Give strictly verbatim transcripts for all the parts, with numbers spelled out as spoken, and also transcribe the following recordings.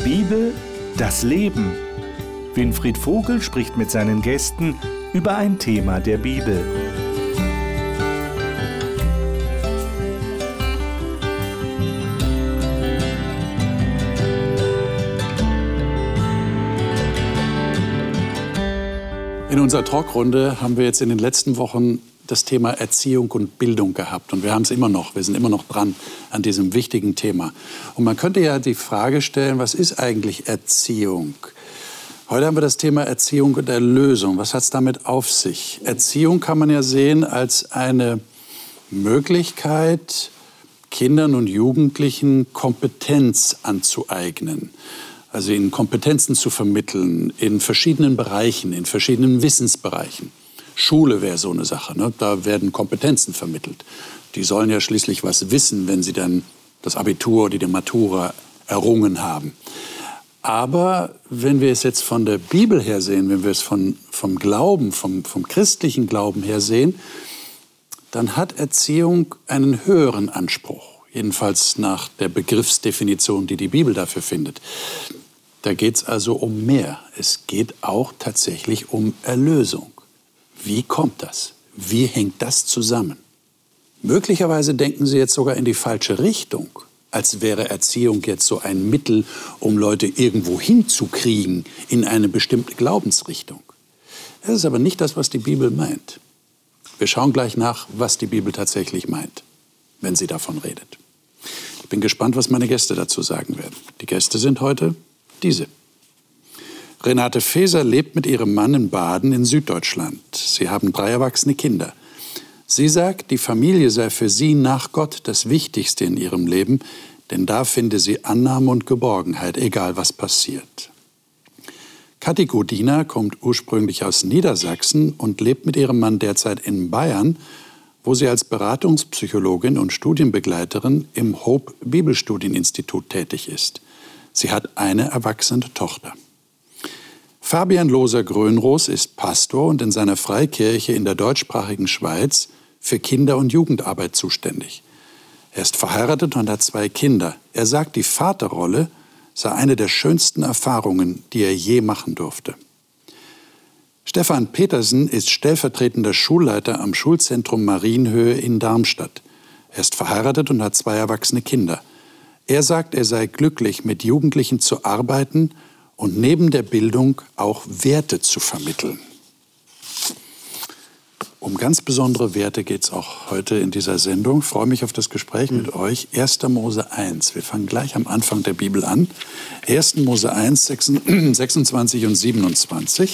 Bibel, das Leben. Winfried Vogel spricht mit seinen Gästen über ein Thema der Bibel. In unserer Talkrunde haben wir jetzt in den letzten Wochen das Thema Erziehung und Bildung gehabt. Und wir haben es immer noch, wir sind immer noch dran an diesem wichtigen Thema. Und man könnte ja die Frage stellen, was ist eigentlich Erziehung? Heute haben wir das Thema Erziehung und Erlösung. Was hat es damit auf sich? Erziehung kann man ja sehen als eine Möglichkeit, Kindern und Jugendlichen Kompetenz anzueignen. Also ihnen Kompetenzen zu vermitteln in verschiedenen Bereichen, in verschiedenen Wissensbereichen. Schule wäre so eine Sache, ne? Da werden Kompetenzen vermittelt. Die sollen ja schließlich was wissen, wenn sie dann das Abitur oder die Matura errungen haben. Aber wenn wir es jetzt von der Bibel her sehen, wenn wir es von, vom Glauben, vom, vom christlichen Glauben her sehen, dann hat Erziehung einen höheren Anspruch. Jedenfalls nach der Begriffsdefinition, die die Bibel dafür findet. Da geht es also um mehr. Es geht auch tatsächlich um Erlösung. Wie kommt das? Wie hängt das zusammen? Möglicherweise denken Sie jetzt sogar in die falsche Richtung, als wäre Erziehung jetzt so ein Mittel, um Leute irgendwo hinzukriegen in eine bestimmte Glaubensrichtung. Das ist aber nicht das, was die Bibel meint. Wir schauen gleich nach, was die Bibel tatsächlich meint, wenn sie davon redet. Ich bin gespannt, was meine Gäste dazu sagen werden. Die Gäste sind heute diese. Renate Faeser lebt mit ihrem Mann in Baden in Süddeutschland. Sie haben drei erwachsene Kinder. Sie sagt, die Familie sei für sie nach Gott das Wichtigste in ihrem Leben, denn da finde sie Annahme und Geborgenheit, egal was passiert. Kathi Godina kommt ursprünglich aus Niedersachsen und lebt mit ihrem Mann derzeit in Bayern, wo sie als Beratungspsychologin und Studienbegleiterin im Hope Bibelstudieninstitut tätig ist. Sie hat eine erwachsene Tochter. Fabian Loser-Grönroos ist Pastor und in seiner Freikirche in der deutschsprachigen Schweiz für Kinder- und Jugendarbeit zuständig. Er ist verheiratet und hat zwei Kinder. Er sagt, die Vaterrolle sei eine der schönsten Erfahrungen, die er je machen durfte. Stefan Petersen ist stellvertretender Schulleiter am Schulzentrum Marienhöhe in Darmstadt. Er ist verheiratet und hat zwei erwachsene Kinder. Er sagt, er sei glücklich, mit Jugendlichen zu arbeiten und neben der Bildung auch Werte zu vermitteln. Um ganz besondere Werte geht es auch heute in dieser Sendung. Ich freue mich auf das Gespräch mit euch. erster Mose eins. Wir fangen gleich am Anfang der Bibel an. erster Mose eins, sechsundzwanzig und siebenundzwanzig.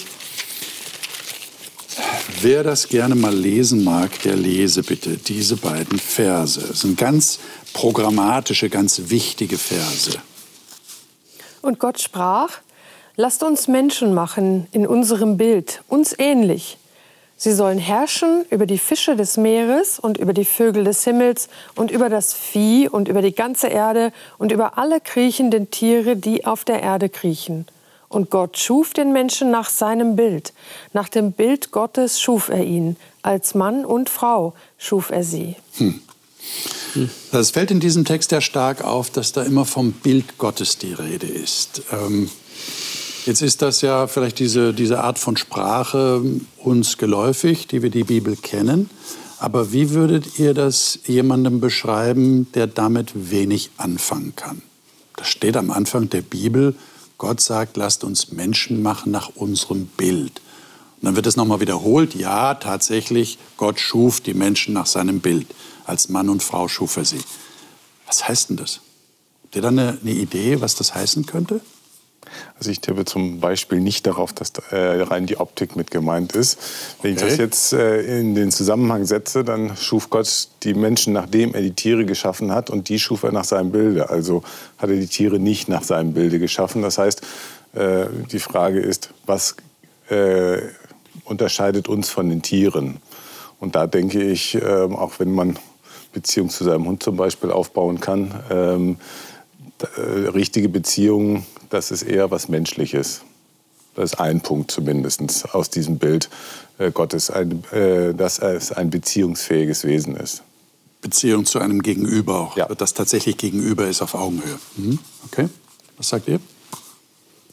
Wer das gerne mal lesen mag, der lese bitte diese beiden Verse. Das sind ganz programmatische, ganz wichtige Verse. Und Gott sprach: Lasst uns Menschen machen in unserem Bild, uns ähnlich. Sie sollen herrschen über die Fische des Meeres und über die Vögel des Himmels und über das Vieh und über die ganze Erde und über alle kriechenden Tiere, die auf der Erde kriechen. Und Gott schuf den Menschen nach seinem Bild. Nach dem Bild Gottes schuf er ihn. Als Mann und Frau schuf er sie. Hm. Es fällt in diesem Text ja stark auf, dass da immer vom Bild Gottes die Rede ist. Ähm, jetzt ist das ja vielleicht diese, diese Art von Sprache uns geläufig, die wir die Bibel kennen. Aber wie würdet ihr das jemandem beschreiben, der damit wenig anfangen kann? Das steht am Anfang der Bibel. Gott sagt, lasst uns Menschen machen nach unserem Bild. Und dann wird es nochmal wiederholt. Ja, tatsächlich, Gott schuf die Menschen nach seinem Bild. Als Mann und Frau schuf er sie. Was heißt denn das? Habt ihr da eine, eine Idee, was das heißen könnte? Also ich tippe zum Beispiel nicht darauf, dass äh, rein die Optik mit gemeint ist. Wenn okay. ich das jetzt äh, in den Zusammenhang setze, dann schuf Gott die Menschen, nachdem er die Tiere geschaffen hat, und die schuf er nach seinem Bilde. Also hat er die Tiere nicht nach seinem Bilde geschaffen. Das heißt, äh, die Frage ist, was äh, unterscheidet uns von den Tieren? Und da denke ich, äh, auch wenn man Beziehung zu seinem Hund zum Beispiel aufbauen kann, ähm, äh, richtige Beziehungen, das ist eher was Menschliches. Das ist ein Punkt zumindest aus diesem Bild äh, Gottes, ein, äh, dass es ein beziehungsfähiges Wesen ist. Beziehung zu einem Gegenüber auch, ja. Das tatsächlich Gegenüber ist auf Augenhöhe. Mhm. Okay, was sagt ihr?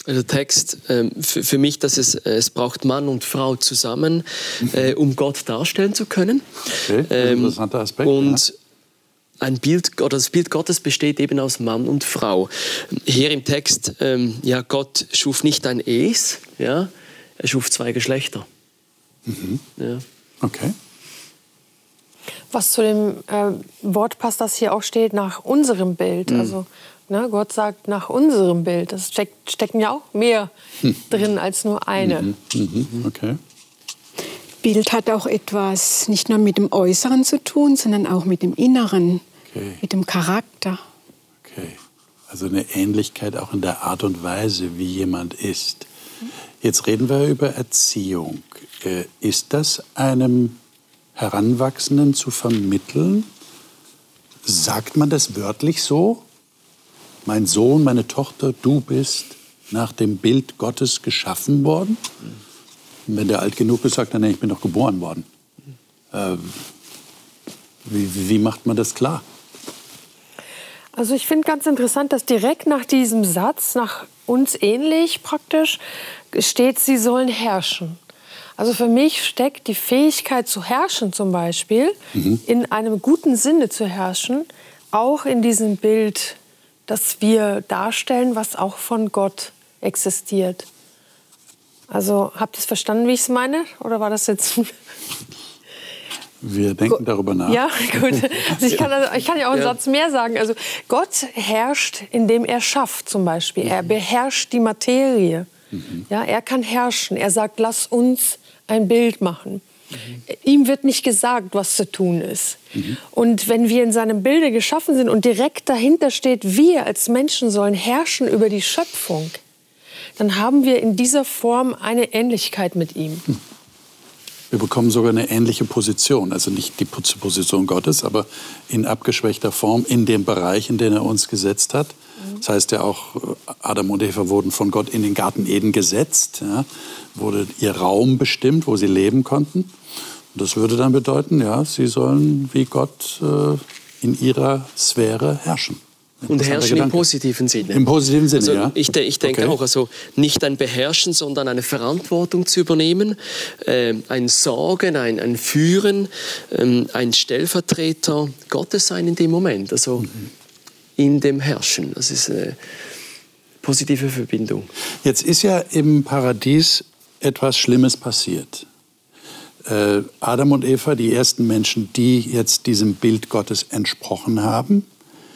Also Text ähm, für, für mich, dass es, es braucht Mann und Frau zusammen, äh, um Gott darstellen zu können. Okay, ein interessanter Aspekt. Und ja. ein Bild, oder das Bild Gottes besteht eben aus Mann und Frau. Hier im Text, ähm, ja, Gott schuf nicht ein Es, ja, er schuf zwei Geschlechter. Mhm. Ja. Okay. Was zu dem äh, Wort passt, das hier auch steht, nach unserem Bild. Mhm. Also ne, Gott sagt nach unserem Bild. Das steckt, stecken ja auch mehr hm. drin als nur eine. Mhm. Mhm. Okay. Bild hat auch etwas nicht nur mit dem Äußeren zu tun, sondern auch mit dem Inneren, okay. mit dem Charakter. Okay. Also eine Ähnlichkeit auch in der Art und Weise, wie jemand ist. Jetzt reden wir über Erziehung. Äh, ist das einem Heranwachsenden zu vermitteln? Sagt man das wörtlich so? Mein Sohn, meine Tochter, du bist nach dem Bild Gottes geschaffen worden? Und wenn der alt genug ist, sagt er, nee, ich bin doch geboren worden. Äh, wie, wie macht man das klar? Also ich finde ganz interessant, dass direkt nach diesem Satz, nach uns ähnlich praktisch, steht, sie sollen herrschen. Also für mich steckt die Fähigkeit zu herrschen zum Beispiel, mhm. in einem guten Sinne zu herrschen, auch in diesem Bild, das wir darstellen, was auch von Gott existiert. Also habt ihr es verstanden, wie ich es meine? Oder war das jetzt... Wir denken darüber nach. Ja, gut. Also ich, kann also, ich kann ja auch einen ja. Satz mehr sagen. Also Gott herrscht, indem er schafft zum Beispiel. Mhm. Er beherrscht die Materie. Mhm. Ja, er kann herrschen. Er sagt, lass uns ein Bild machen. Mhm. Ihm wird nicht gesagt, was zu tun ist. Mhm. Und wenn wir in seinem Bilde geschaffen sind und direkt dahinter steht, wir als Menschen sollen herrschen über die Schöpfung, dann haben wir in dieser Form eine Ähnlichkeit mit ihm. Mhm. Wir bekommen sogar eine ähnliche Position, also nicht die Position Gottes, aber in abgeschwächter Form in dem Bereich, in den er uns gesetzt hat. Das heißt ja auch, Adam und Eva wurden von Gott in den Garten Eden gesetzt, ja, wurde ihr Raum bestimmt, wo sie leben konnten. Und das würde dann bedeuten, ja, sie sollen wie Gott äh, in ihrer Sphäre herrschen. Und herrschen im positiven Sinne. Im positiven Sinne, also ja. Ich, ich denke okay. auch, also nicht ein Beherrschen, sondern eine Verantwortung zu übernehmen, äh, ein Sorgen, ein, ein Führen, ähm, ein Stellvertreter Gottes sein in dem Moment, also mhm. in dem Herrschen. Das ist eine positive Verbindung. Jetzt ist ja im Paradies etwas Schlimmes passiert. Äh, Adam und Eva, die ersten Menschen, die jetzt diesem Bild Gottes entsprochen haben,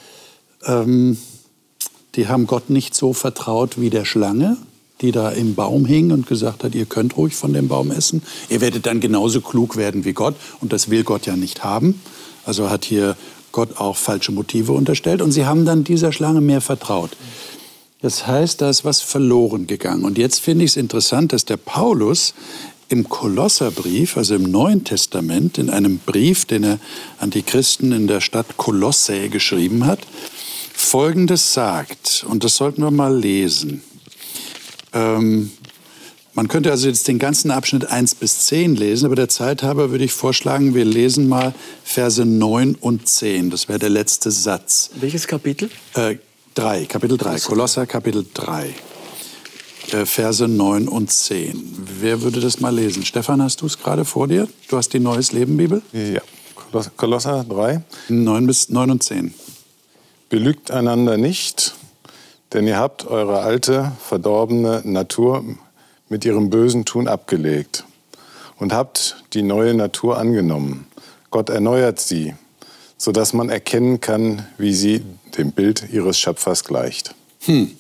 die haben Gott nicht so vertraut wie der Schlange, die da im Baum hing und gesagt hat, ihr könnt ruhig von dem Baum essen. Ihr werdet dann genauso klug werden wie Gott. Und das will Gott ja nicht haben. Also hat hier Gott auch falsche Motive unterstellt. Und sie haben dann dieser Schlange mehr vertraut. Das heißt, da ist was verloren gegangen. Und jetzt finde ich es interessant, dass der Paulus im Kolosserbrief, also im Neuen Testament, in einem Brief, den er an die Christen in der Stadt Kolossä geschrieben hat, Folgendes sagt, und das sollten wir mal lesen. Ähm, man könnte also jetzt den ganzen Abschnitt eins bis zehn lesen, aber der Zeit halber würde ich vorschlagen, wir lesen mal Verse neun und zehn. Das wäre der letzte Satz. Welches Kapitel? Äh, drei, Kapitel drei, Kolosser Kapitel drei, äh, Verse neun und zehn. Wer würde das mal lesen? Stefan, hast du es gerade vor dir? Du hast die Neues Leben Bibel? Ja, Kolosser drei. neun bis neun und zehn. Belügt einander nicht, denn ihr habt eure alte, verdorbene Natur mit ihrem bösen Tun abgelegt und habt die neue Natur angenommen. Gott erneuert sie, sodass man erkennen kann, wie sie dem Bild ihres Schöpfers gleicht. Hm.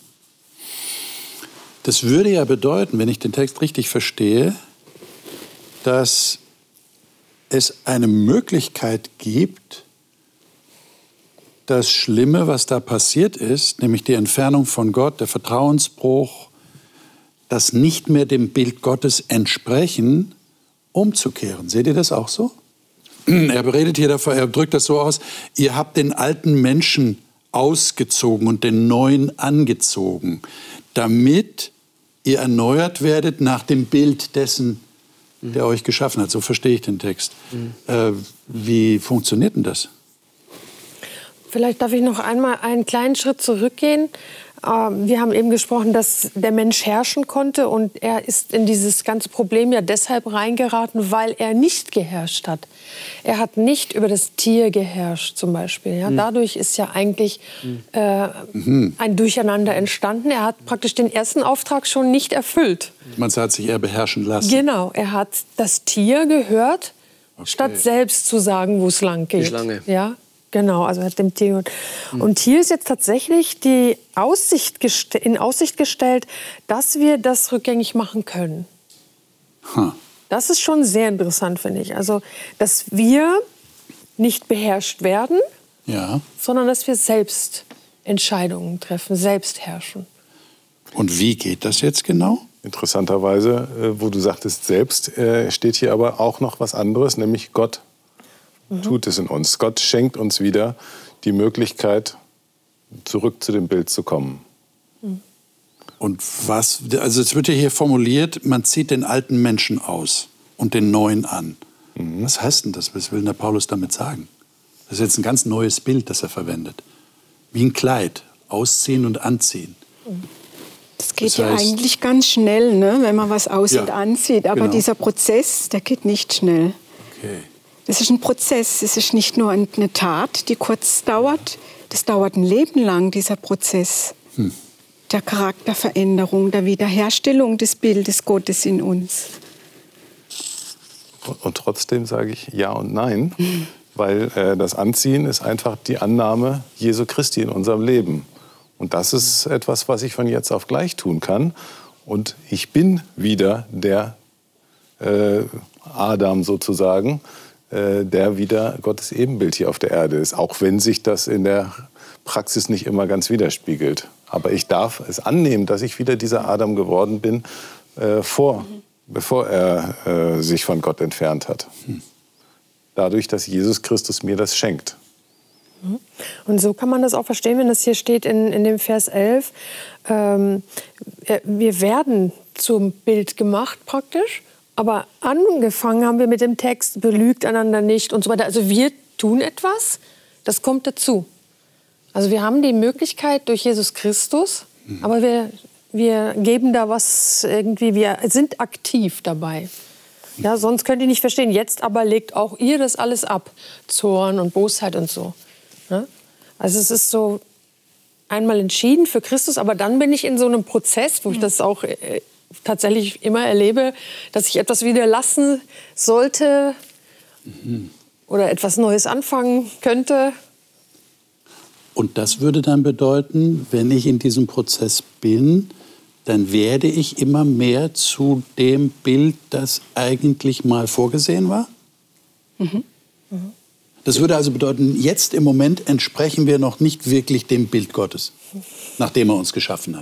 Das würde ja bedeuten, wenn ich den Text richtig verstehe, dass es eine Möglichkeit gibt, das Schlimme, was da passiert ist, nämlich die Entfernung von Gott, der Vertrauensbruch, das nicht mehr dem Bild Gottes entsprechen, umzukehren. Seht ihr das auch so? Er redet hier davon, er drückt das so aus, ihr habt den alten Menschen ausgezogen und den neuen angezogen, damit ihr erneuert werdet nach dem Bild dessen, der euch geschaffen hat. So verstehe ich den Text. Mhm. Äh, wie funktioniert denn das? Vielleicht darf ich noch einmal einen kleinen Schritt zurückgehen. Wir haben eben gesprochen, dass der Mensch herrschen konnte und er ist in dieses ganze Problem ja deshalb reingeraten, weil er nicht geherrscht hat. Er hat nicht über das Tier geherrscht zum Beispiel. Ja? Mhm. Dadurch ist ja eigentlich äh, mhm. ein Durcheinander entstanden. Er hat praktisch den ersten Auftrag schon nicht erfüllt. Man hat sich eher beherrschen lassen. Genau, er hat das Tier gehört, okay. statt selbst zu sagen, wo es lang geht. Die Schlange. Ja? Genau, also hat dem Tier. Mhm. Und hier ist jetzt tatsächlich die Aussicht in Aussicht gestellt, dass wir das rückgängig machen können. Huh. Das ist schon sehr interessant, finde ich. Also, dass wir nicht beherrscht werden, ja. sondern dass wir selbst Entscheidungen treffen, selbst herrschen. Und wie geht das jetzt genau? Interessanterweise, wo du sagtest selbst, steht hier aber auch noch was anderes, nämlich Gott. Mhm. Tut es in uns. Gott schenkt uns wieder die Möglichkeit, zurück zu dem Bild zu kommen. Mhm. Und was, also es wird ja hier formuliert, man zieht den alten Menschen aus und den neuen an. Mhm. Was heißt denn das? Was will der Paulus damit sagen? Das ist jetzt ein ganz neues Bild, das er verwendet. Wie ein Kleid, ausziehen und anziehen. Das geht das ja heißt, eigentlich ganz schnell, ne, wenn man was aus- ja, und anzieht. Aber genau. dieser Prozess, der geht nicht schnell. Okay. Das ist ein Prozess, es ist nicht nur eine Tat, die kurz dauert. Das dauert ein Leben lang, dieser Prozess. Hm. Der Charakterveränderung, der Wiederherstellung des Bildes Gottes in uns. Und, und trotzdem sage ich ja und nein, mhm. weil äh, das Anziehen ist einfach die Annahme Jesu Christi in unserem Leben. Und das ist etwas, was ich von jetzt auf gleich tun kann. Und ich bin wieder der äh, Adam sozusagen, äh, der wieder Gottes Ebenbild hier auf der Erde ist. Auch wenn sich das in der Praxis nicht immer ganz widerspiegelt. Aber ich darf es annehmen, dass ich wieder dieser Adam geworden bin, äh, vor, mhm. bevor er äh, sich von Gott entfernt hat. Hm. Dadurch, dass Jesus Christus mir das schenkt. Und so kann man das auch verstehen, wenn das hier steht in, in dem Vers elf. Ähm, wir werden zum Bild gemacht praktisch, aber angefangen haben wir mit dem Text, belügt einander nicht und so weiter. Also wir tun etwas, das kommt dazu. Also wir haben die Möglichkeit durch Jesus Christus, mhm. aber wir, wir geben da was irgendwie, wir sind aktiv dabei. Ja, sonst könnt ihr nicht verstehen. Jetzt aber legt auch ihr das alles ab. Zorn und Bosheit und so. Also es ist so einmal entschieden für Christus, aber dann bin ich in so einem Prozess, wo ich das auch äh, tatsächlich immer erlebe, dass ich etwas wieder lassen sollte mhm. oder etwas Neues anfangen könnte. Und das würde dann bedeuten, wenn ich in diesem Prozess bin, dann werde ich immer mehr zu dem Bild, das eigentlich mal vorgesehen war? Mhm. Mhm. Das würde also bedeuten, jetzt im Moment entsprechen wir noch nicht wirklich dem Bild Gottes, nachdem er uns geschaffen hat.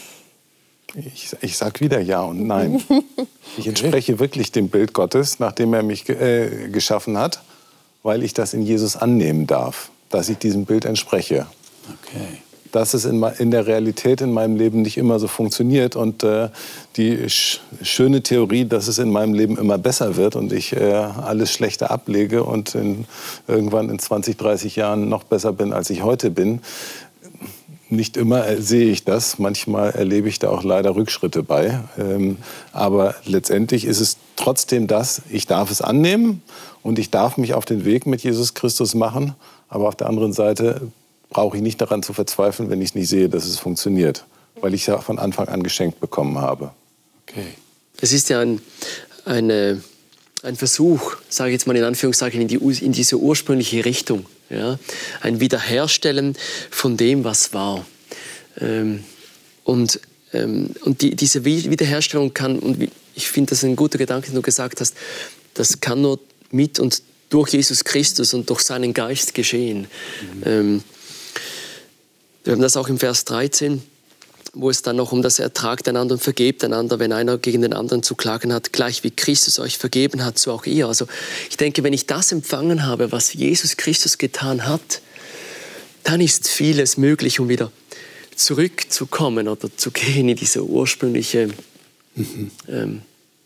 Ich, ich sage wieder ja und nein. Ich entspreche wirklich dem Bild Gottes, nachdem er mich äh, geschaffen hat, weil ich das in Jesus annehmen darf, dass ich diesem Bild entspreche. Okay. Dass es in, in der Realität in meinem Leben nicht immer so funktioniert und äh, die sch schöne Theorie, dass es in meinem Leben immer besser wird und ich äh, alles Schlechte ablege und in, irgendwann in zwanzig, dreißig Jahren noch besser bin, als ich heute bin. Nicht immer äh, sehe ich das, manchmal erlebe ich da auch leider Rückschritte bei. Ähm, aber letztendlich ist es trotzdem das, ich darf es annehmen und ich darf mich auf den Weg mit Jesus Christus machen, aber auf der anderen Seite brauche ich nicht daran zu verzweifeln, wenn ich nicht sehe, dass es funktioniert. Weil ich es ja von Anfang an geschenkt bekommen habe. Okay. Es ist ja ein, eine, ein Versuch, sage ich jetzt mal in Anführungszeichen, in, die, in diese ursprüngliche Richtung. Ja? Ein Wiederherstellen von dem, was war. Ähm, und ähm, und die, diese Wiederherstellung kann, und ich finde, das ist ein guter Gedanke, den du gesagt hast, das kann nur mit und durch Jesus Christus und durch seinen Geist geschehen. Mhm. Ähm, Wir haben das auch im Vers dreizehn, wo es dann noch um das Ertragt einander und vergebt einander, wenn einer gegen den anderen zu klagen hat, gleich wie Christus euch vergeben hat, so auch ihr. Also ich denke, wenn ich das empfangen habe, was Jesus Christus getan hat, dann ist vieles möglich, um wieder zurückzukommen oder zu gehen in diese ursprüngliche... Mhm. Ähm,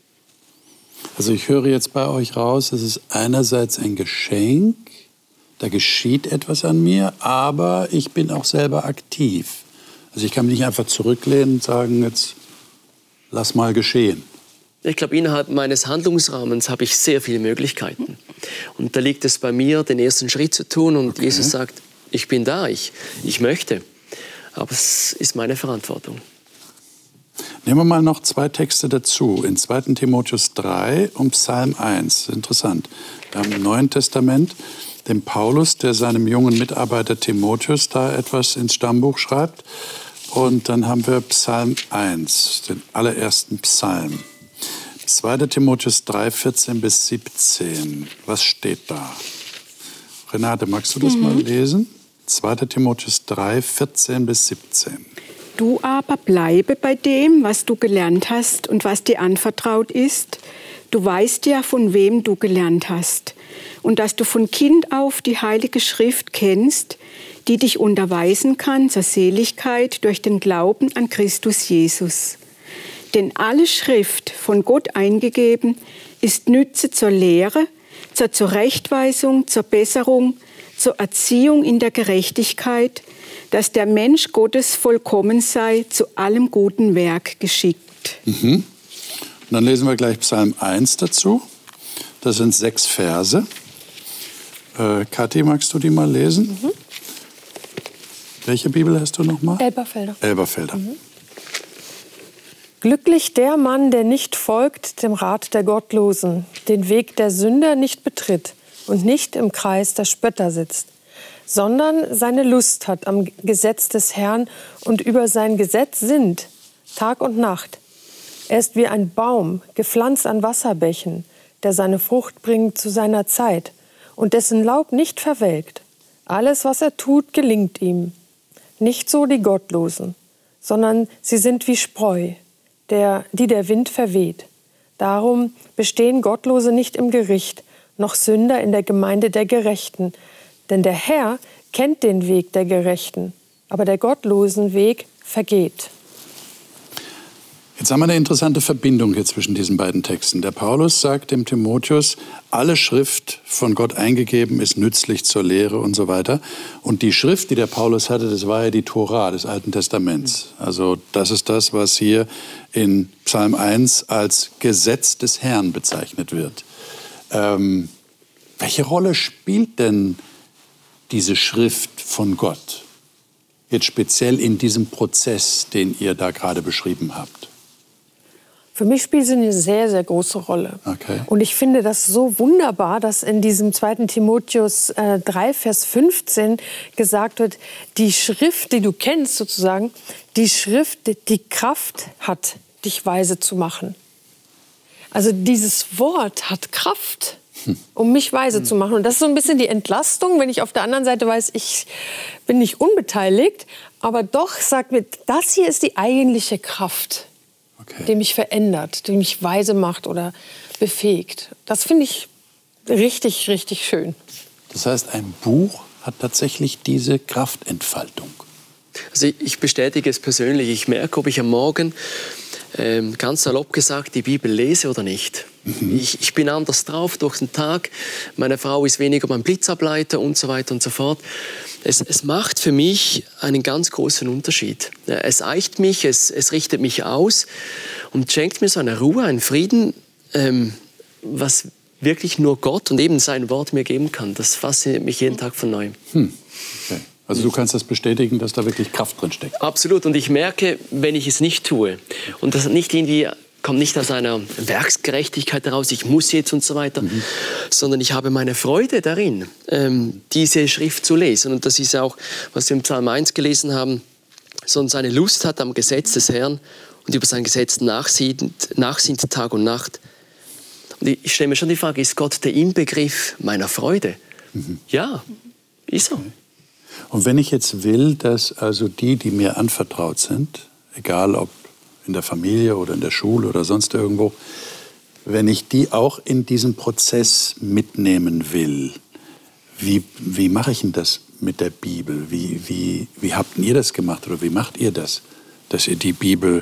also ich höre jetzt bei euch raus, es ist einerseits ein Geschenk, da geschieht etwas an mir, aber ich bin auch selber aktiv. Also ich kann mich nicht einfach zurücklehnen und sagen, jetzt lass mal geschehen. Ich glaube, innerhalb meines Handlungsrahmens habe ich sehr viele Möglichkeiten. Und da liegt es bei mir, den ersten Schritt zu tun. Und okay. Jesus sagt, ich bin da, ich, ich möchte. Aber es ist meine Verantwortung. Nehmen wir mal noch zwei Texte dazu. In zweiten Timotheus drei und Psalm eins. Interessant. Wir haben im Neuen Testament den Paulus, der seinem jungen Mitarbeiter Timotheus da etwas ins Stammbuch schreibt. Und dann haben wir Psalm eins, den allerersten Psalm. zweiten Timotheus drei, vierzehn bis siebzehn. Was steht da? Renate, magst du das mhm. mal lesen? zweiten Timotheus drei, vierzehn bis siebzehn. Du aber bleibe bei dem, was du gelernt hast und was dir anvertraut ist. Du weißt ja, von wem du gelernt hast. Und dass du von Kind auf die Heilige Schrift kennst, die dich unterweisen kann zur Seligkeit durch den Glauben an Christus Jesus. Denn alle Schrift, von Gott eingegeben, ist Nütze zur Lehre, zur Zurechtweisung, zur Besserung, zur Erziehung in der Gerechtigkeit, dass der Mensch Gottes vollkommen sei, zu allem guten Werk geschickt. Mhm. Und dann lesen wir gleich Psalm eins dazu. Das sind sechs Verse. Äh, Kathi, magst du die mal lesen? Mhm. Welche Bibel hast du nochmal? Elberfelder. Elberfelder. Mhm. Glücklich der Mann, der nicht folgt dem Rat der Gottlosen, den Weg der Sünder nicht betritt und nicht im Kreis der Spötter sitzt, sondern seine Lust hat am Gesetz des Herrn und über sein Gesetz sinnt, Tag und Nacht. Er ist wie ein Baum, gepflanzt an Wasserbächen, der seine Frucht bringt zu seiner Zeit und dessen Laub nicht verwelkt. Alles, was er tut, gelingt ihm. Nicht so die Gottlosen, sondern sie sind wie Spreu, der, die der Wind verweht. Darum bestehen Gottlose nicht im Gericht, noch Sünder in der Gemeinde der Gerechten. Denn der Herr kennt den Weg der Gerechten, aber der gottlosen Weg vergeht. Jetzt haben wir eine interessante Verbindung hier zwischen diesen beiden Texten. Der Paulus sagt dem Timotheus, alle Schrift von Gott eingegeben ist nützlich zur Lehre und so weiter. Und die Schrift, die der Paulus hatte, das war ja die Tora des Alten Testaments. Also das ist das, was hier in Psalm eins als Gesetz des Herrn bezeichnet wird. Ähm, welche Rolle spielt denn diese Schrift von Gott jetzt speziell in diesem Prozess, den ihr da gerade beschrieben habt? Für mich spielt sie eine sehr, sehr große Rolle. Okay. Und ich finde das so wunderbar, dass in diesem zweiten Timotheus äh, drei, Vers fünfzehn gesagt wird, die Schrift, die du kennst sozusagen, die Schrift, die, die Kraft hat, dich weise zu machen. Also dieses Wort hat Kraft, um mich weise hm. zu machen. Und das ist so ein bisschen die Entlastung, wenn ich auf der anderen Seite weiß, ich bin nicht unbeteiligt, aber doch sagt mir, das hier ist die eigentliche Kraft. Okay. Die mich verändert, die mich weise macht oder befähigt. Das finde ich richtig, richtig schön. Das heißt, ein Buch hat tatsächlich diese Kraftentfaltung. Also ich bestätige es persönlich. Ich merke, ob ich am Morgen, ähm, ganz salopp gesagt, die Bibel lese oder nicht. Mhm. Ich, ich bin anders drauf durch den Tag. Meine Frau ist weniger mein Blitzableiter und so weiter und so fort. Es, es macht für mich einen ganz großen Unterschied. Es eicht mich, es, es richtet mich aus und schenkt mir so eine Ruhe, einen Frieden, ähm, was wirklich nur Gott und eben sein Wort mir geben kann. Das fasziniert mich jeden Tag von Neuem. Hm. Okay. Also du kannst das bestätigen, dass da wirklich Kraft drin steckt? Absolut. Und ich merke, wenn ich es nicht tue und das nicht irgendwie kommt nicht aus einer Werksgerechtigkeit heraus, ich muss jetzt und so weiter, mhm. sondern ich habe meine Freude darin, ähm, diese Schrift zu lesen. Und das ist auch, was wir im Psalm eins gelesen haben, sondern seine Lust hat am Gesetz des Herrn und über sein Gesetz nachsinnt, nachsinnt Tag und Nacht. Und ich stelle mir schon die Frage, ist Gott der Inbegriff meiner Freude? Mhm. Ja, ist er. Okay. Und wenn ich jetzt will, dass also die, die mir anvertraut sind, egal ob in der Familie oder in der Schule oder sonst irgendwo, wenn ich die auch in diesen Prozess mitnehmen will, wie, wie mache ich denn das mit der Bibel? Wie, wie, wie habt ihr das gemacht oder wie macht ihr das, dass ihr die Bibel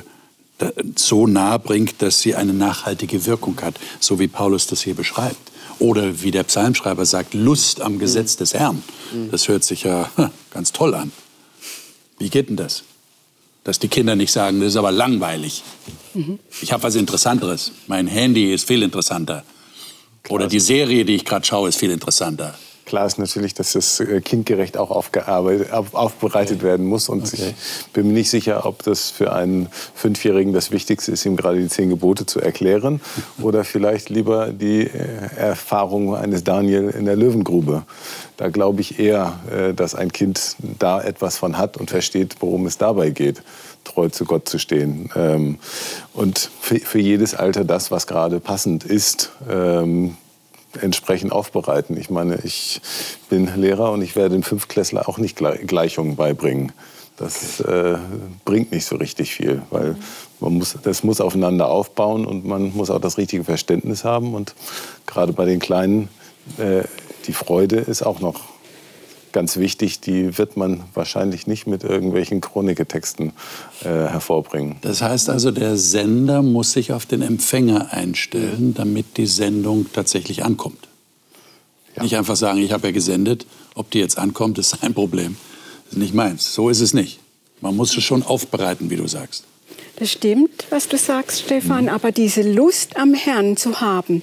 so nah bringt, dass sie eine nachhaltige Wirkung hat, so wie Paulus das hier beschreibt? Oder wie der Psalmschreiber sagt, Lust am Gesetz des Herrn. Das hört sich ja ganz toll an. Wie geht denn das? Dass die Kinder nicht sagen, das ist aber langweilig. Mhm. Ich habe was Interessanteres. Mein Handy ist viel interessanter. Klar. Oder die Serie, die ich gerade schaue, ist viel interessanter. Klar ist natürlich, dass das kindgerecht auch aufgearbeitet, auf, aufbereitet okay. werden muss. Und okay. ich bin mir nicht sicher, ob das für einen Fünfjährigen das Wichtigste ist, ihm gerade die zehn Gebote zu erklären. Oder vielleicht lieber die Erfahrung eines Daniel in der Löwengrube. Da glaube ich eher, dass ein Kind da etwas von hat und versteht, worum es dabei geht, treu zu Gott zu stehen. Und für jedes Alter das, was gerade passend ist, entsprechend aufbereiten. Ich meine, ich bin Lehrer und ich werde den Fünftklässler auch nicht Gleichungen beibringen. Das äh, bringt nicht so richtig viel, weil man muss, das muss aufeinander aufbauen und man muss auch das richtige Verständnis haben. Und gerade bei den Kleinen, äh, die Freude ist auch noch ganz wichtig. Die wird man wahrscheinlich nicht mit irgendwelchen Chroniketexten äh, hervorbringen. Das heißt also, der Sender muss sich auf den Empfänger einstellen, damit die Sendung tatsächlich ankommt. Ja. Nicht einfach sagen, ich habe ja gesendet, ob die jetzt ankommt, ist sein Problem. Das ist nicht meins. So ist es nicht. Man muss es schon aufbereiten, wie du sagst. Das stimmt, was du sagst, Stefan, mhm. aber diese Lust am Herrn zu haben,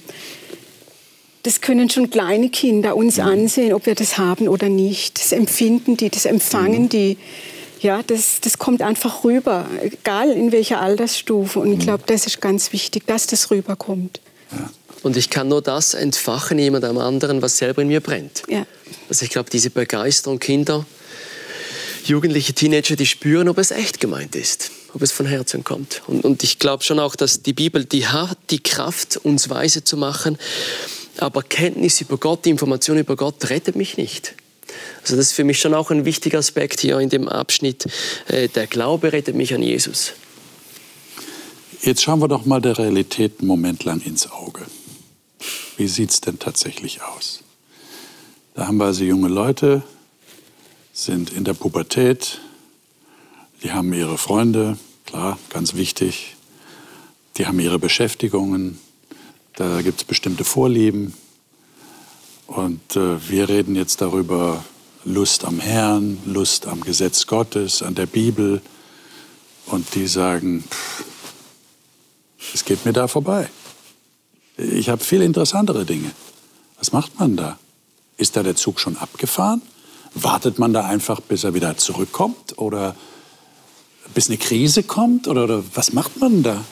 das können schon kleine Kinder uns mhm. ansehen, ob wir das haben oder nicht. Das empfinden die, das empfangen mhm. die. Ja, das, das kommt einfach rüber, egal in welcher Altersstufe. Und ich glaube, das ist ganz wichtig, dass das rüberkommt. Ja. Und ich kann nur das entfachen jemand am anderen, was selber in mir brennt. Ja. Also ich glaube, diese Begeisterung, Kinder, Jugendliche, Teenager, die spüren, ob es echt gemeint ist, ob es von Herzen kommt. Und, und ich glaube schon auch, dass die Bibel, die hat die Kraft, uns weise zu machen. Aber Kenntnis über Gott, die Information über Gott rettet mich nicht. Also das ist für mich schon auch ein wichtiger Aspekt hier in dem Abschnitt. Der Glaube rettet mich an Jesus. Jetzt schauen wir doch mal der Realität einen Moment lang ins Auge. Wie sieht es denn tatsächlich aus? Da haben wir also junge Leute, sind in der Pubertät, die haben ihre Freunde, klar, ganz wichtig. Die haben ihre Beschäftigungen. Da gibt es bestimmte Vorlieben. Und äh, wir reden jetzt darüber, Lust am Herrn, Lust am Gesetz Gottes, an der Bibel. Und die sagen, pff, es geht mir da vorbei. Ich habe viel interessantere Dinge. Was macht man da? Ist da der Zug schon abgefahren? Wartet man da einfach, bis er wieder zurückkommt? Oder bis eine Krise kommt? Oder, oder was macht man da?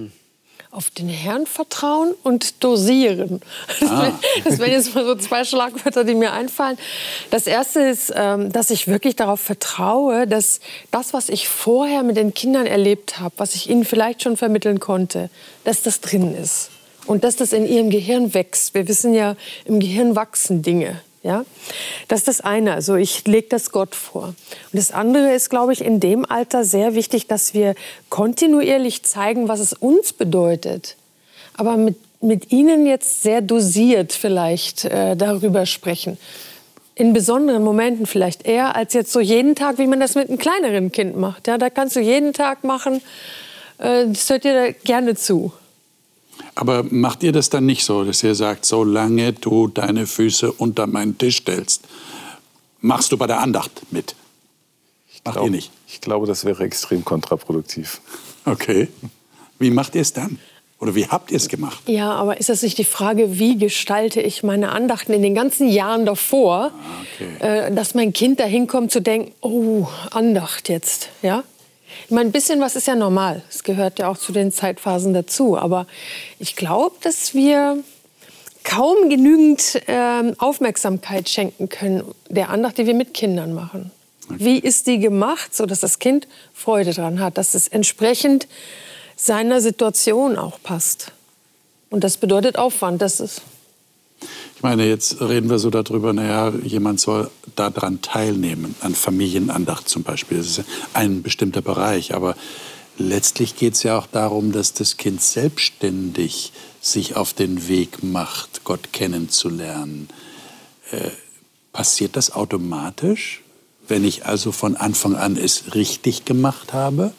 Auf den Herrn vertrauen und dosieren. Ah. Das wären jetzt mal so zwei Schlagwörter, die mir einfallen. Das Erste ist, dass ich wirklich darauf vertraue, dass das, was ich vorher mit den Kindern erlebt habe, was ich ihnen vielleicht schon vermitteln konnte, dass das drin ist. Und dass das in ihrem Gehirn wächst. Wir wissen ja, im Gehirn wachsen Dinge. Ja? Das ist das eine. Also ich lege das Gott vor. Und das andere ist, glaube ich, in dem Alter sehr wichtig, dass wir kontinuierlich zeigen, was es uns bedeutet. Aber mit, mit ihnen jetzt sehr dosiert vielleicht äh, darüber sprechen. In besonderen Momenten vielleicht eher als jetzt so jeden Tag, wie man das mit einem kleineren Kind macht. Ja, da kannst du jeden Tag machen. Äh, das hört dir da gerne zu. Aber macht ihr das dann nicht so, dass ihr sagt, solange du deine Füße unter meinen Tisch stellst, machst du bei der Andacht mit? Macht glaub, ihr nicht? Ich glaube, das wäre extrem kontraproduktiv. Okay. Wie macht ihr es dann? Oder wie habt ihr es gemacht? Ja, aber ist das nicht die Frage, wie gestalte ich meine Andachten in den ganzen Jahren davor, okay. äh, dass mein Kind dahin kommt zu denken, oh, Andacht jetzt, ja? Ich meine, ein bisschen was ist ja normal. Es gehört ja auch zu den Zeitphasen dazu. Aber ich glaube, dass wir kaum genügend äh, Aufmerksamkeit schenken können der Andacht, die wir mit Kindern machen. Okay. Wie ist die gemacht, sodass das Kind Freude daran hat, dass es entsprechend seiner Situation auch passt. Und das bedeutet Aufwand. Das ist Ich meine, jetzt reden wir so darüber, naja, jemand soll daran teilnehmen, an Familienandacht zum Beispiel. Das ist ein bestimmter Bereich, aber letztlich geht es ja auch darum, dass das Kind selbstständig sich auf den Weg macht, Gott kennenzulernen. Äh, passiert das automatisch, wenn ich also von Anfang an es richtig gemacht habe?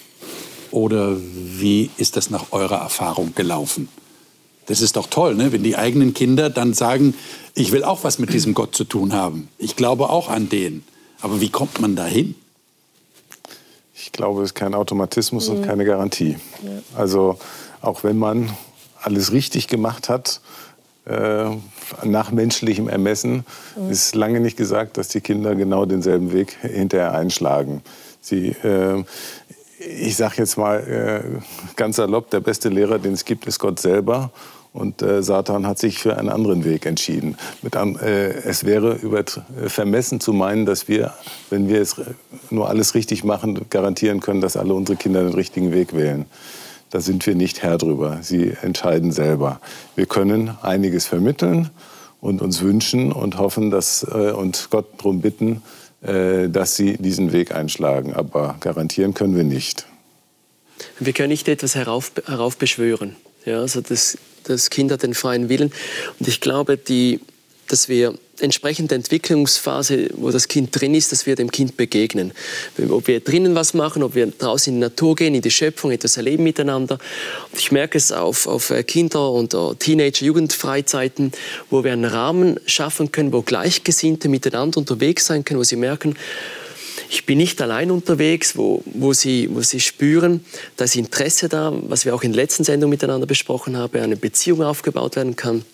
Oder wie ist das nach eurer Erfahrung gelaufen? Das ist doch toll, ne? Wenn die eigenen Kinder dann sagen, ich will auch was mit diesem Gott zu tun haben. Ich glaube auch an den. Aber wie kommt man da hin? ich glaube, es ist kein Automatismus mhm. und keine Garantie. Ja. Also auch wenn man alles richtig gemacht hat, äh, nach menschlichem Ermessen, mhm. ist lange nicht gesagt, dass die Kinder genau denselben Weg hinterher einschlagen. Sie, äh, ich sage jetzt mal äh, ganz salopp, der beste Lehrer, den es gibt, ist Gott selber. Und äh, Satan hat sich für einen anderen Weg entschieden. Mit, äh, es wäre über, äh, vermessen zu meinen, dass wir, wenn wir es nur alles richtig machen, garantieren können, dass alle unsere Kinder den richtigen Weg wählen. Da sind wir nicht Herr drüber. Sie entscheiden selber. Wir können einiges vermitteln und uns wünschen und hoffen, dass, äh, und Gott darum bitten, äh, dass sie diesen Weg einschlagen. Aber garantieren können wir nicht. Wir können nicht etwas herauf, heraufbeschwören. Ja, also das, das Kind hat den freien Willen. Und ich glaube, die, dass wir entsprechend der Entwicklungsphase, wo das Kind drin ist, dass wir dem Kind begegnen. Ob wir drinnen was machen, ob wir draußen in die Natur gehen, in die Schöpfung, etwas erleben miteinander. Und ich merke es auf, auf Kinder- und Teenager-, Jugendfreizeiten, wo wir einen Rahmen schaffen können, wo Gleichgesinnte miteinander unterwegs sein können, wo sie merken, ich bin nicht allein unterwegs, wo, wo, sie, wo sie spüren, da ist Interesse da, was wir auch in der letzten Sendung miteinander besprochen haben, eine Beziehung aufgebaut werden kann.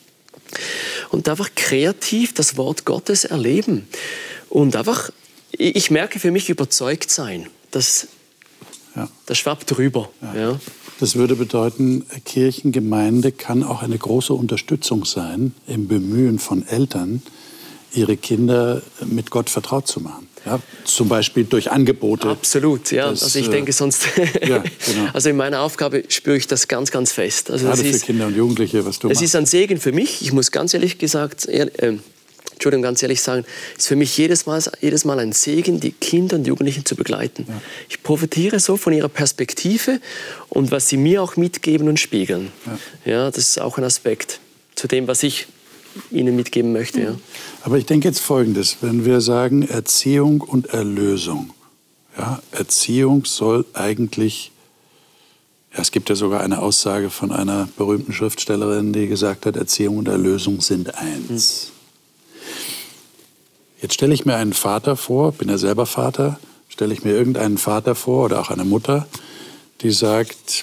Und einfach kreativ das Wort Gottes erleben. Und einfach, ich merke für mich, überzeugt sein. Das, ja. das schwappt drüber. Ja. Ja. Das würde bedeuten, Kirchengemeinde kann auch eine große Unterstützung sein im Bemühen von Eltern, ihre Kinder mit Gott vertraut zu machen. Ja, zum Beispiel durch Angebote. Absolut, ja. Das, also ich denke sonst, ja, genau. Also in meiner Aufgabe spüre ich das ganz, ganz fest. Also Gerade das für ist, Kinder und Jugendliche, was du machst. Es ist ein Segen für mich. Ich muss ganz ehrlich gesagt, ehr, äh, Entschuldigung, ganz ehrlich sagen, es ist für mich jedes Mal, jedes Mal ein Segen, die Kinder und Jugendlichen zu begleiten. Ja. Ich profitiere so von ihrer Perspektive und was sie mir auch mitgeben und spiegeln. Ja, ja, das ist auch ein Aspekt zu dem, was ich Ihnen mitgeben möchte. Ja. Aber ich denke jetzt Folgendes, wenn wir sagen Erziehung und Erlösung. Ja, Erziehung soll eigentlich, ja, es gibt ja sogar eine Aussage von einer berühmten Schriftstellerin, die gesagt hat, Erziehung und Erlösung sind eins. Hm. Jetzt stelle ich mir einen Vater vor, bin ja selber Vater, stelle ich mir irgendeinen Vater vor oder auch eine Mutter, die sagt,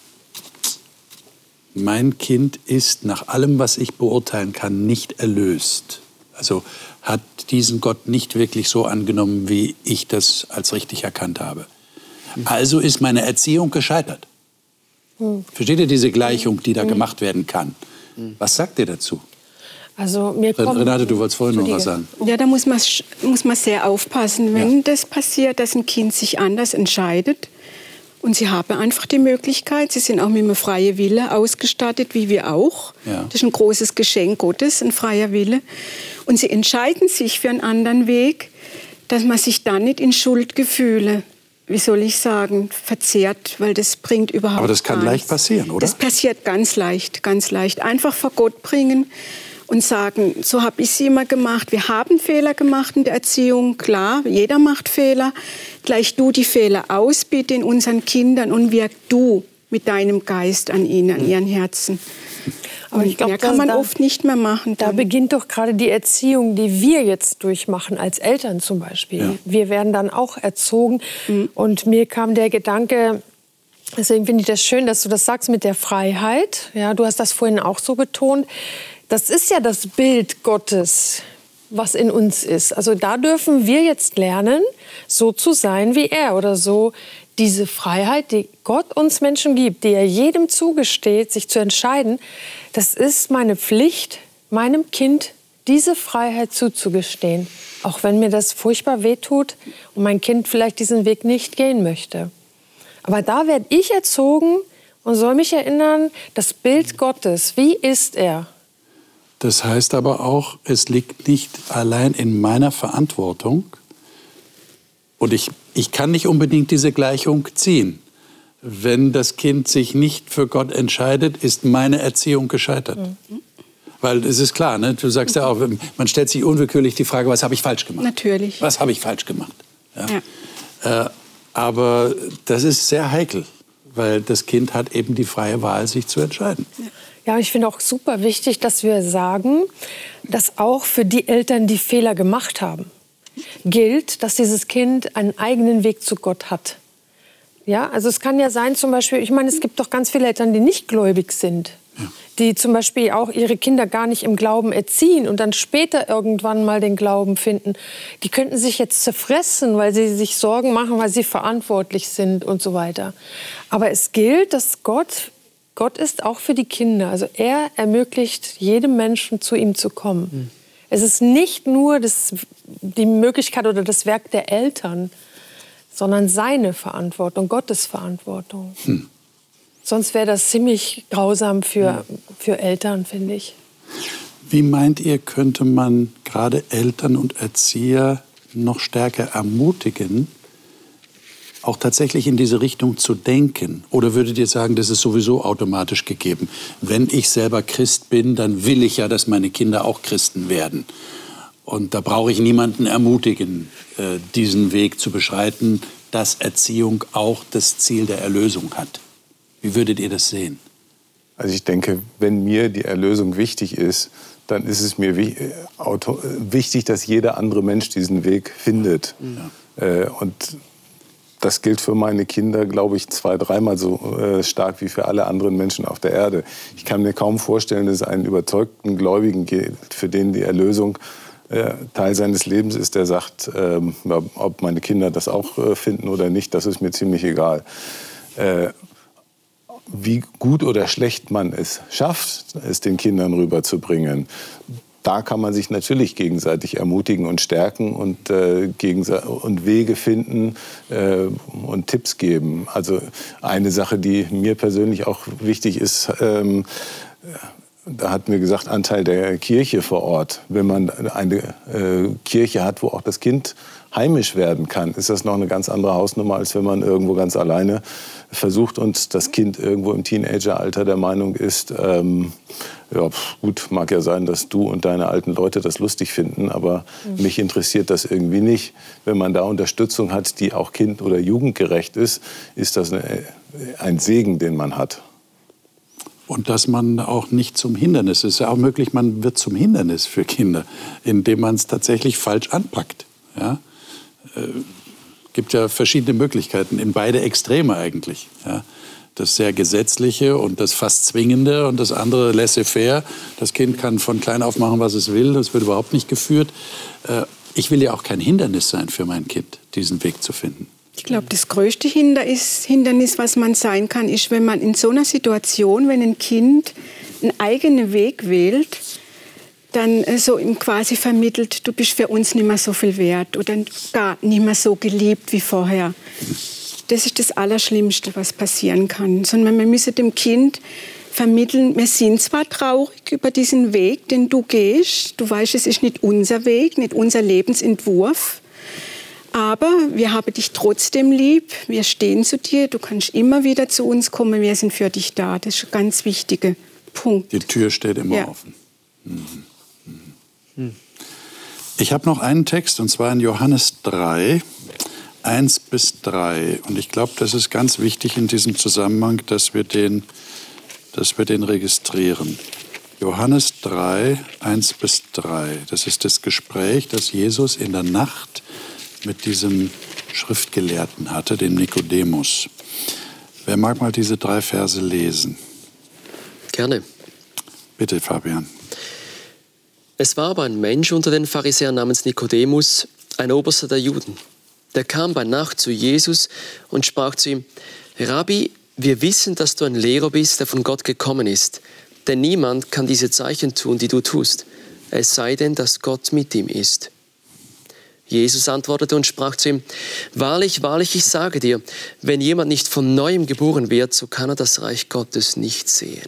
mein Kind ist nach allem, was ich beurteilen kann, nicht erlöst. Also hat diesen Gott nicht wirklich so angenommen, wie ich das als richtig erkannt habe. Also ist meine Erziehung gescheitert. Hm. Versteht ihr diese Gleichung, die da hm. gemacht werden kann? Was sagt ihr dazu? Also mir kommt, Renate, du wolltest vorhin noch was sagen. Ja, da muss man, muss man sehr aufpassen, wenn ja. das passiert, dass ein Kind sich anders entscheidet. Und sie haben einfach die Möglichkeit, sie sind auch mit einem freien Wille ausgestattet, wie wir auch. Ja. Das ist ein großes Geschenk Gottes, ein freier Wille. Und sie entscheiden sich für einen anderen Weg, dass man sich dann nicht in Schuldgefühle, wie soll ich sagen, verzehrt, weil das bringt überhaupt nichts. Aber das kann nichts. leicht passieren, oder? Das passiert ganz leicht, ganz leicht. Einfach vor Gott bringen und sagen, so habe ich sie immer gemacht. Wir haben Fehler gemacht in der Erziehung, klar, jeder macht Fehler. Gleich du die Fehler aus, bitte in unseren Kindern und wirk du mit deinem Geist an ihnen, an ihren Herzen. Aber ich glaube, mehr kann man da, oft nicht mehr machen. Da beginnt doch gerade die Erziehung, die wir jetzt durchmachen, als Eltern zum Beispiel. Ja. Wir werden dann auch erzogen. Mhm. Und mir kam der Gedanke, deswegen finde ich das schön, dass du das sagst mit der Freiheit. Ja, du hast das vorhin auch so betont. Das ist ja das Bild Gottes, was in uns ist. Also da dürfen wir jetzt lernen, so zu sein wie er oder so. Diese Freiheit, die Gott uns Menschen gibt, die er jedem zugesteht, sich zu entscheiden, das ist meine Pflicht, meinem Kind diese Freiheit zuzugestehen. Auch wenn mir das furchtbar wehtut und mein Kind vielleicht diesen Weg nicht gehen möchte. Aber da werde ich erzogen und soll mich erinnern, das Bild Gottes, wie ist er? Das heißt aber auch, es liegt nicht allein in meiner Verantwortung. Und ich, ich kann nicht unbedingt diese Gleichung ziehen. Wenn das Kind sich nicht für Gott entscheidet, ist meine Erziehung gescheitert. Mhm. Weil es ist klar, ne? Du sagst ja auch, man stellt sich unwillkürlich die Frage, was habe ich falsch gemacht? Natürlich. Was habe ich falsch gemacht? Ja. Ja. Äh, aber das ist sehr heikel, weil das Kind hat eben die freie Wahl, sich zu entscheiden. Ja. Ja, ich finde auch super wichtig, dass wir sagen, dass auch für die Eltern, die Fehler gemacht haben, gilt, dass dieses Kind einen eigenen Weg zu Gott hat. Ja, also es kann ja sein zum Beispiel, ich meine, es gibt doch ganz viele Eltern, die nicht gläubig sind. Ja. Die zum Beispiel auch ihre Kinder gar nicht im Glauben erziehen und dann später irgendwann mal den Glauben finden. Die könnten sich jetzt zerfressen, weil sie sich Sorgen machen, weil sie verantwortlich sind und so weiter. Aber es gilt, dass Gott, Gott ist auch für die Kinder. Also er ermöglicht jedem Menschen, zu ihm zu kommen. Mhm. Es ist nicht nur das, die Möglichkeit oder das Werk der Eltern, sondern seine Verantwortung, Gottes Verantwortung. Hm. Sonst wäre das ziemlich grausam für, für Eltern, finde ich. Wie meint ihr, könnte man gerade Eltern und Erzieher noch stärker ermutigen, auch tatsächlich in diese Richtung zu denken? Oder würdet ihr sagen, das ist sowieso automatisch gegeben? Wenn ich selber Christ bin, dann will ich ja, dass meine Kinder auch Christen werden. Und da brauche ich niemanden ermutigen, äh, diesen Weg zu beschreiten, dass Erziehung auch das Ziel der Erlösung hat. Wie würdet ihr das sehen? Also ich denke, wenn mir die Erlösung wichtig ist, dann ist es mir wi- auto- wichtig, dass jeder andere Mensch diesen Weg findet. Ja. Äh, und das gilt für meine Kinder, glaube ich, zwei-, dreimal so äh, stark wie für alle anderen Menschen auf der Erde. Ich kann mir kaum vorstellen, dass es einen überzeugten Gläubigen gibt, für den die Erlösung äh, Teil seines Lebens ist, der sagt, äh, ob meine Kinder das auch äh, finden oder nicht, das ist mir ziemlich egal. Äh, wie gut oder schlecht man es schafft, es den Kindern rüberzubringen, da kann man sich natürlich gegenseitig ermutigen und stärken und, äh, gegense- und Wege finden äh, und Tipps geben. Also eine Sache, die mir persönlich auch wichtig ist, ähm, da hat mir gesagt, Anteil der Kirche vor Ort. Wenn man eine äh, Kirche hat, wo auch das Kind heimisch werden kann, ist das noch eine ganz andere Hausnummer, als wenn man irgendwo ganz alleine versucht und das Kind irgendwo im Teenageralter der Meinung ist, ähm, ja, gut, mag ja sein, dass du und deine alten Leute das lustig finden, aber mhm. mich interessiert das irgendwie nicht. Wenn man da Unterstützung hat, die auch kind- oder jugendgerecht ist, ist das eine, ein Segen, den man hat. Und dass man auch nicht zum Hindernis ist. Es ist ja auch möglich, man wird zum Hindernis für Kinder, indem man es tatsächlich falsch anpackt. Ja? Äh, gibt ja verschiedene Möglichkeiten, in beide Extreme eigentlich. Ja? Das sehr Gesetzliche und das fast Zwingende und das andere laissez-faire. Das Kind kann von klein auf machen, was es will. Das wird überhaupt nicht geführt. Äh, ich will ja auch kein Hindernis sein für mein Kind, diesen Weg zu finden. Ich glaube, das größte Hindernis, was man sein kann, ist, wenn man in so einer Situation, wenn ein Kind einen eigenen Weg wählt, dann so ihm quasi vermittelt, du bist für uns nicht mehr so viel wert oder gar nicht mehr so geliebt wie vorher. Das ist das Allerschlimmste, was passieren kann. Sondern man müsse dem Kind vermitteln, wir sind zwar traurig über diesen Weg, den du gehst, du weißt, es ist nicht unser Weg, nicht unser Lebensentwurf, aber wir haben dich trotzdem lieb, wir stehen zu dir, du kannst immer wieder zu uns kommen, wir sind für dich da. Das ist ein ganz wichtiger Punkt. Die Tür steht immer ja. offen. Mhm. Mhm. Ich habe noch einen Text, und zwar in Johannes drei, eins bis drei. Und ich glaube, das ist ganz wichtig in diesem Zusammenhang, dass wir den, dass wir den registrieren. Johannes drei, eins bis drei. Das ist das Gespräch, das Jesus in der Nacht mit diesem Schriftgelehrten hatte, dem Nikodemus. Wer mag mal diese drei Verse lesen? Gerne. Bitte, Fabian. Es war aber ein Mensch unter den Pharisäern namens Nikodemus, ein Oberster der Juden. Der kam bei Nacht zu Jesus und sprach zu ihm, Rabbi, wir wissen, dass du ein Lehrer bist, der von Gott gekommen ist. Denn niemand kann diese Zeichen tun, die du tust, es sei denn, dass Gott mit ihm ist. Jesus antwortete und sprach zu ihm, wahrlich, wahrlich, ich sage dir, wenn jemand nicht von Neuem geboren wird, so kann er das Reich Gottes nicht sehen.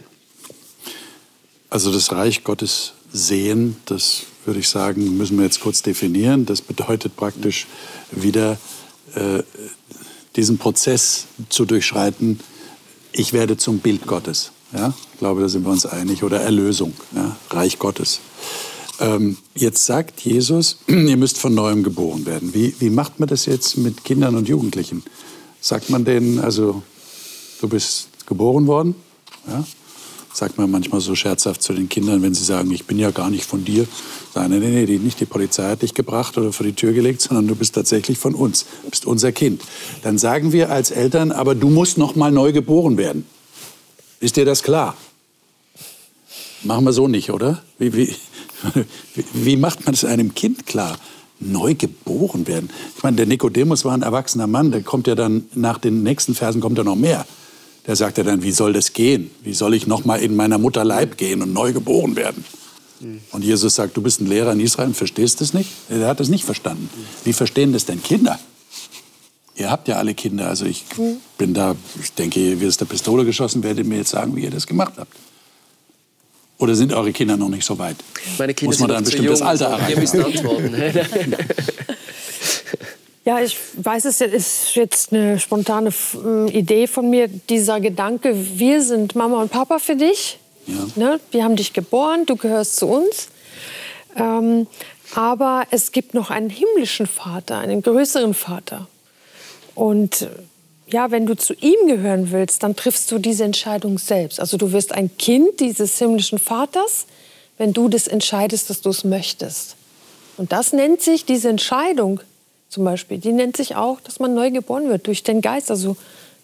Also das Reich Gottes sehen, das würde ich sagen, müssen wir jetzt kurz definieren. Das bedeutet praktisch wieder äh, diesen Prozess zu durchschreiten, ich werde zum Bild Gottes. Ja? Ich glaube, da sind wir uns einig. Oder Erlösung, ja? Reich Gottes. Ähm, jetzt sagt Jesus, ihr müsst von Neuem geboren werden. Wie, wie macht man das jetzt mit Kindern und Jugendlichen? Sagt man denen, also du bist geboren worden, ja? sagt man manchmal so scherzhaft zu den Kindern, wenn sie sagen, ich bin ja gar nicht von dir. Sagen, nee, nee, nee, nicht die Polizei hat dich gebracht oder vor die Tür gelegt, sondern du bist tatsächlich von uns, du bist unser Kind. Dann sagen wir als Eltern, aber du musst noch mal neu geboren werden. Ist dir das klar? Machen wir so nicht, oder? Wie, wie, wie macht man es einem Kind klar? Neu geboren werden. Ich meine, der Nikodemus war ein erwachsener Mann, der kommt ja dann, nach den nächsten Versen kommt ja noch mehr. Der sagt ja dann, wie soll das gehen? Wie soll ich noch mal in meiner Mutter Leib gehen und neu geboren werden? Mhm. Und Jesus sagt, du bist ein Lehrer in Israel und verstehst das nicht? Er hat das nicht verstanden. Wie verstehen das denn Kinder? Ihr habt ja alle Kinder. Also ich mhm. bin da, ich denke, ihr wirst der Pistole geschossen, werdet mir jetzt sagen, wie ihr das gemacht habt. Oder sind eure Kinder noch nicht so weit? Meine Kinder Muss man sind da ein noch zu bestimmtes jung, Alter also erreichen? ihr müsst antworten. Ja, ich weiß, es ist jetzt eine spontane Idee von mir, dieser Gedanke, wir sind Mama und Papa für dich. Ja. Ne? Wir haben dich geboren, du gehörst zu uns. Ähm, aber es gibt noch einen himmlischen Vater, einen größeren Vater. Und ja, wenn du zu ihm gehören willst, dann triffst du diese Entscheidung selbst. Also du wirst ein Kind dieses himmlischen Vaters, wenn du das entscheidest, dass du es möchtest. Und das nennt sich, diese Entscheidung zum Beispiel, die nennt sich auch, dass man neu geboren wird durch den Geist. Also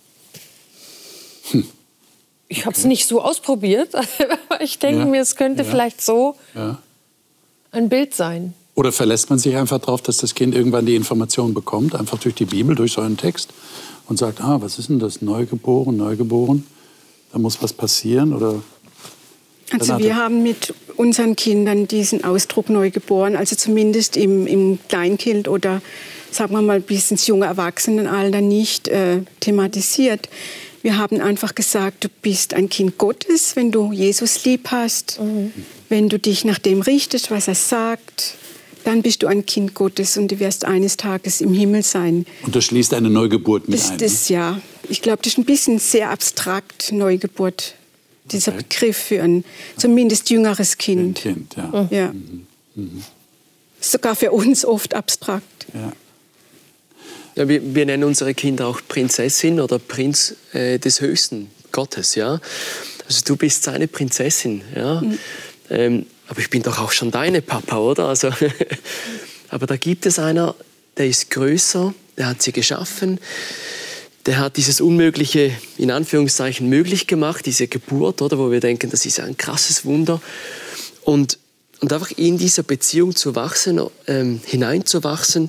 hm. ich habe es nicht so ausprobiert, aber ich denke ja. mir, es könnte ja. vielleicht so ja. ein Bild sein. Oder verlässt man sich einfach darauf, dass das Kind irgendwann die Information bekommt, einfach durch die Bibel, durch so einen Text und sagt, ah, was ist denn das, neugeboren, neugeboren, da muss was passieren oder... Also wir haben mit unseren Kindern diesen Ausdruck neugeboren, also zumindest im, im Kleinkind oder sagen wir mal bis ins junge Erwachsenenalter nicht äh, thematisiert. Wir haben einfach gesagt, du bist ein Kind Gottes, wenn du Jesus lieb hast, mhm. wenn du dich nach dem richtest, was er sagt, dann bist du ein Kind Gottes und du wirst eines Tages im Himmel sein. Und das schließt eine Neugeburt mit das, ein? Das, ja. Ich glaube, das ist ein bisschen sehr abstrakt, Neugeburt. Dieser okay. Begriff für ein zumindest jüngeres Kind. Für ein Kind, ja. ja. Mhm. Mhm. Sogar für uns oft abstrakt. Ja. Ja, wir, wir nennen unsere Kinder auch Prinzessin oder Prinz äh, des höchsten Gottes. Ja? Also du bist seine Prinzessin. Ja? Mhm. Ähm, aber ich bin doch auch schon deine Papa, oder? Also, aber da gibt es einer, der ist größer, der hat sie geschaffen. Der hat dieses Unmögliche, in Anführungszeichen, möglich gemacht, diese Geburt, oder, wo wir denken, das ist ein krasses Wunder. Und, und einfach in dieser Beziehung zu wachsen, ähm, hineinzuwachsen,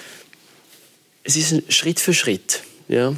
es ist ein Schritt für Schritt. Ja.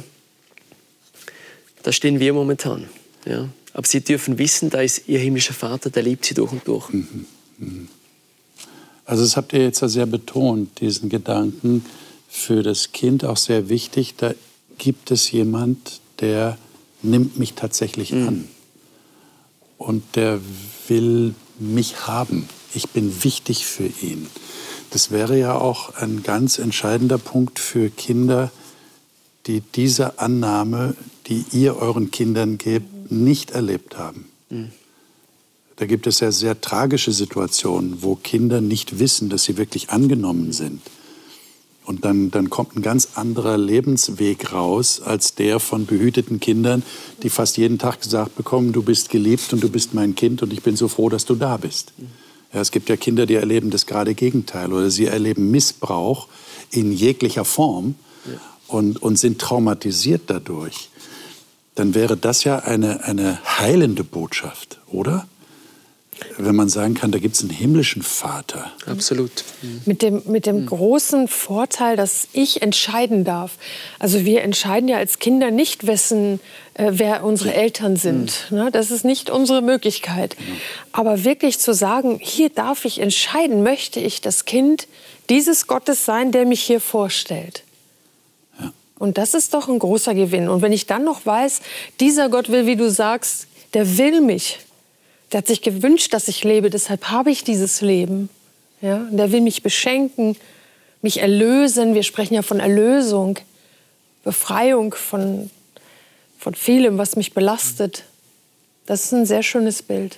Da stehen wir momentan. Ja. Aber Sie dürfen wissen, da ist Ihr himmlischer Vater, der liebt Sie durch und durch. Mhm. Mhm. Also das habt ihr jetzt ja sehr betont, diesen Gedanken, für das Kind auch sehr wichtig, da gibt es jemand, der nimmt mich tatsächlich mhm. an. Und der will mich haben. Ich bin wichtig für ihn. Das wäre ja auch ein ganz entscheidender Punkt für Kinder, die diese Annahme, die ihr euren Kindern gebt, nicht erlebt haben. Mhm. Da gibt es ja sehr tragische Situationen, wo Kinder nicht wissen, dass sie wirklich angenommen sind. Und dann, dann kommt ein ganz anderer Lebensweg raus als der von behüteten Kindern, die fast jeden Tag gesagt bekommen, du bist geliebt und du bist mein Kind und ich bin so froh, dass du da bist. Ja, es gibt ja Kinder, die erleben das gerade Gegenteil oder sie erleben Missbrauch in jeglicher Form und, und sind traumatisiert dadurch. Dann wäre das ja eine, eine heilende Botschaft, oder? Wenn man sagen kann, da gibt es einen himmlischen Vater. Absolut. Mhm. Mit dem, mit dem mhm. großen Vorteil, dass ich entscheiden darf. Also wir entscheiden ja als Kinder nicht, wessen, äh, wer unsere Eltern sind. Mhm. Ne? Das ist nicht unsere Möglichkeit. Mhm. Aber wirklich zu sagen, hier darf ich entscheiden, möchte ich das Kind dieses Gottes sein, der mich hier vorstellt. Ja. Und das ist doch ein großer Gewinn. Und wenn ich dann noch weiß, dieser Gott will, wie du sagst, der will mich. Der hat sich gewünscht, dass ich lebe, deshalb habe ich dieses Leben. Ja? Der will mich beschenken, mich erlösen. Wir sprechen ja von Erlösung, Befreiung von, von vielem, was mich belastet. Das ist ein sehr schönes Bild.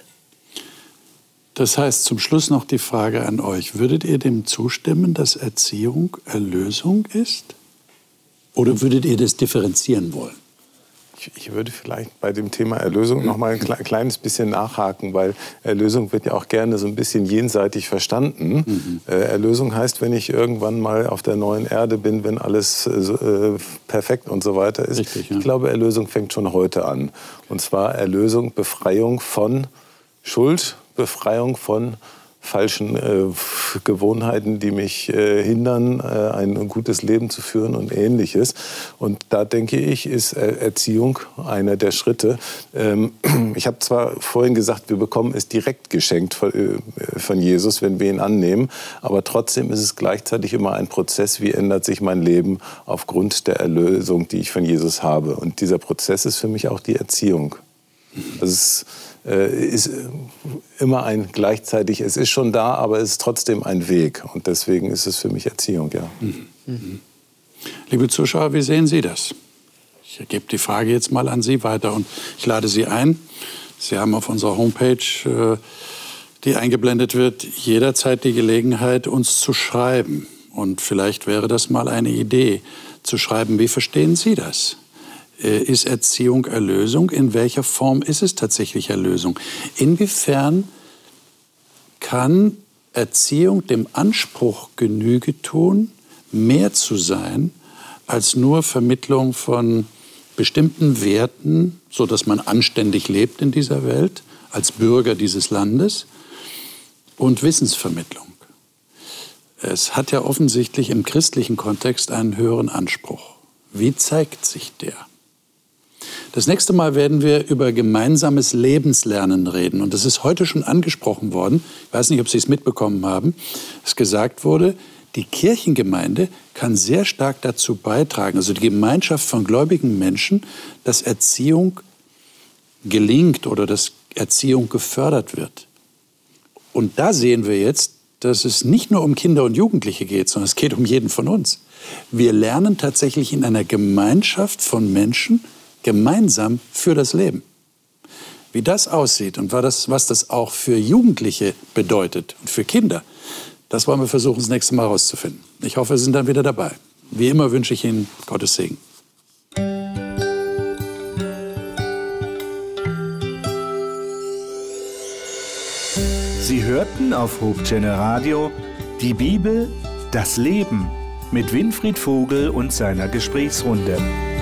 Das heißt, zum Schluss noch die Frage an euch. Würdet ihr dem zustimmen, dass Erziehung Erlösung ist? Oder würdet ihr das differenzieren wollen? Ich, ich würde vielleicht bei dem Thema Erlösung noch mal ein kle- kleines bisschen nachhaken, weil Erlösung wird ja auch gerne so ein bisschen jenseitig verstanden. Mhm. Äh, Erlösung heißt, wenn ich irgendwann mal auf der neuen Erde bin, wenn alles äh, perfekt und so weiter ist. Richtig, ja. Ich glaube, Erlösung fängt schon heute an. Und zwar Erlösung, Befreiung von Schuld, Befreiung von falschen äh, Gewohnheiten, die mich äh, hindern, äh, ein gutes Leben zu führen und Ähnliches. Und da denke ich, ist Erziehung einer der Schritte. Ähm, ich habe zwar vorhin gesagt, wir bekommen es direkt geschenkt von, äh, von Jesus, wenn wir ihn annehmen, aber trotzdem ist es gleichzeitig immer ein Prozess, wie ändert sich mein Leben aufgrund der Erlösung, die ich von Jesus habe. Und dieser Prozess ist für mich auch die Erziehung. Das ist, äh, ist immer ein gleichzeitig, es ist schon da, aber es ist trotzdem ein Weg. Und deswegen ist es für mich Erziehung, ja. Mhm. Mhm. Liebe Zuschauer, wie sehen Sie das? Ich gebe die Frage jetzt mal an Sie weiter und ich lade Sie ein. Sie haben auf unserer Homepage, äh, die eingeblendet wird, jederzeit die Gelegenheit, uns zu schreiben. Und vielleicht wäre das mal eine Idee, zu schreiben, wie verstehen Sie das? Ist Erziehung Erlösung? In welcher Form ist es tatsächlich Erlösung? Inwiefern kann Erziehung dem Anspruch Genüge tun, mehr zu sein, als nur Vermittlung von bestimmten Werten, sodass man anständig lebt in dieser Welt, als Bürger dieses Landes, und Wissensvermittlung? Es hat ja offensichtlich im christlichen Kontext einen höheren Anspruch. Wie zeigt sich der? Das nächste Mal werden wir über gemeinsames Lebenslernen reden. Und das ist heute schon angesprochen worden. Ich weiß nicht, ob Sie es mitbekommen haben. Es gesagt wurde, die Kirchengemeinde kann sehr stark dazu beitragen, also die Gemeinschaft von gläubigen Menschen, dass Erziehung gelingt oder dass Erziehung gefördert wird. Und da sehen wir jetzt, dass es nicht nur um Kinder und Jugendliche geht, sondern es geht um jeden von uns. Wir lernen tatsächlich in einer Gemeinschaft von Menschen gemeinsam für das Leben. Wie das aussieht und was das auch für Jugendliche bedeutet und für Kinder, das wollen wir versuchen, das nächste Mal herauszufinden. Ich hoffe, Sie sind dann wieder dabei. Wie immer wünsche ich Ihnen Gottes Segen. Sie hörten auf Hope Channel Radio die Bibel, das Leben mit Winfried Vogel und seiner Gesprächsrunde.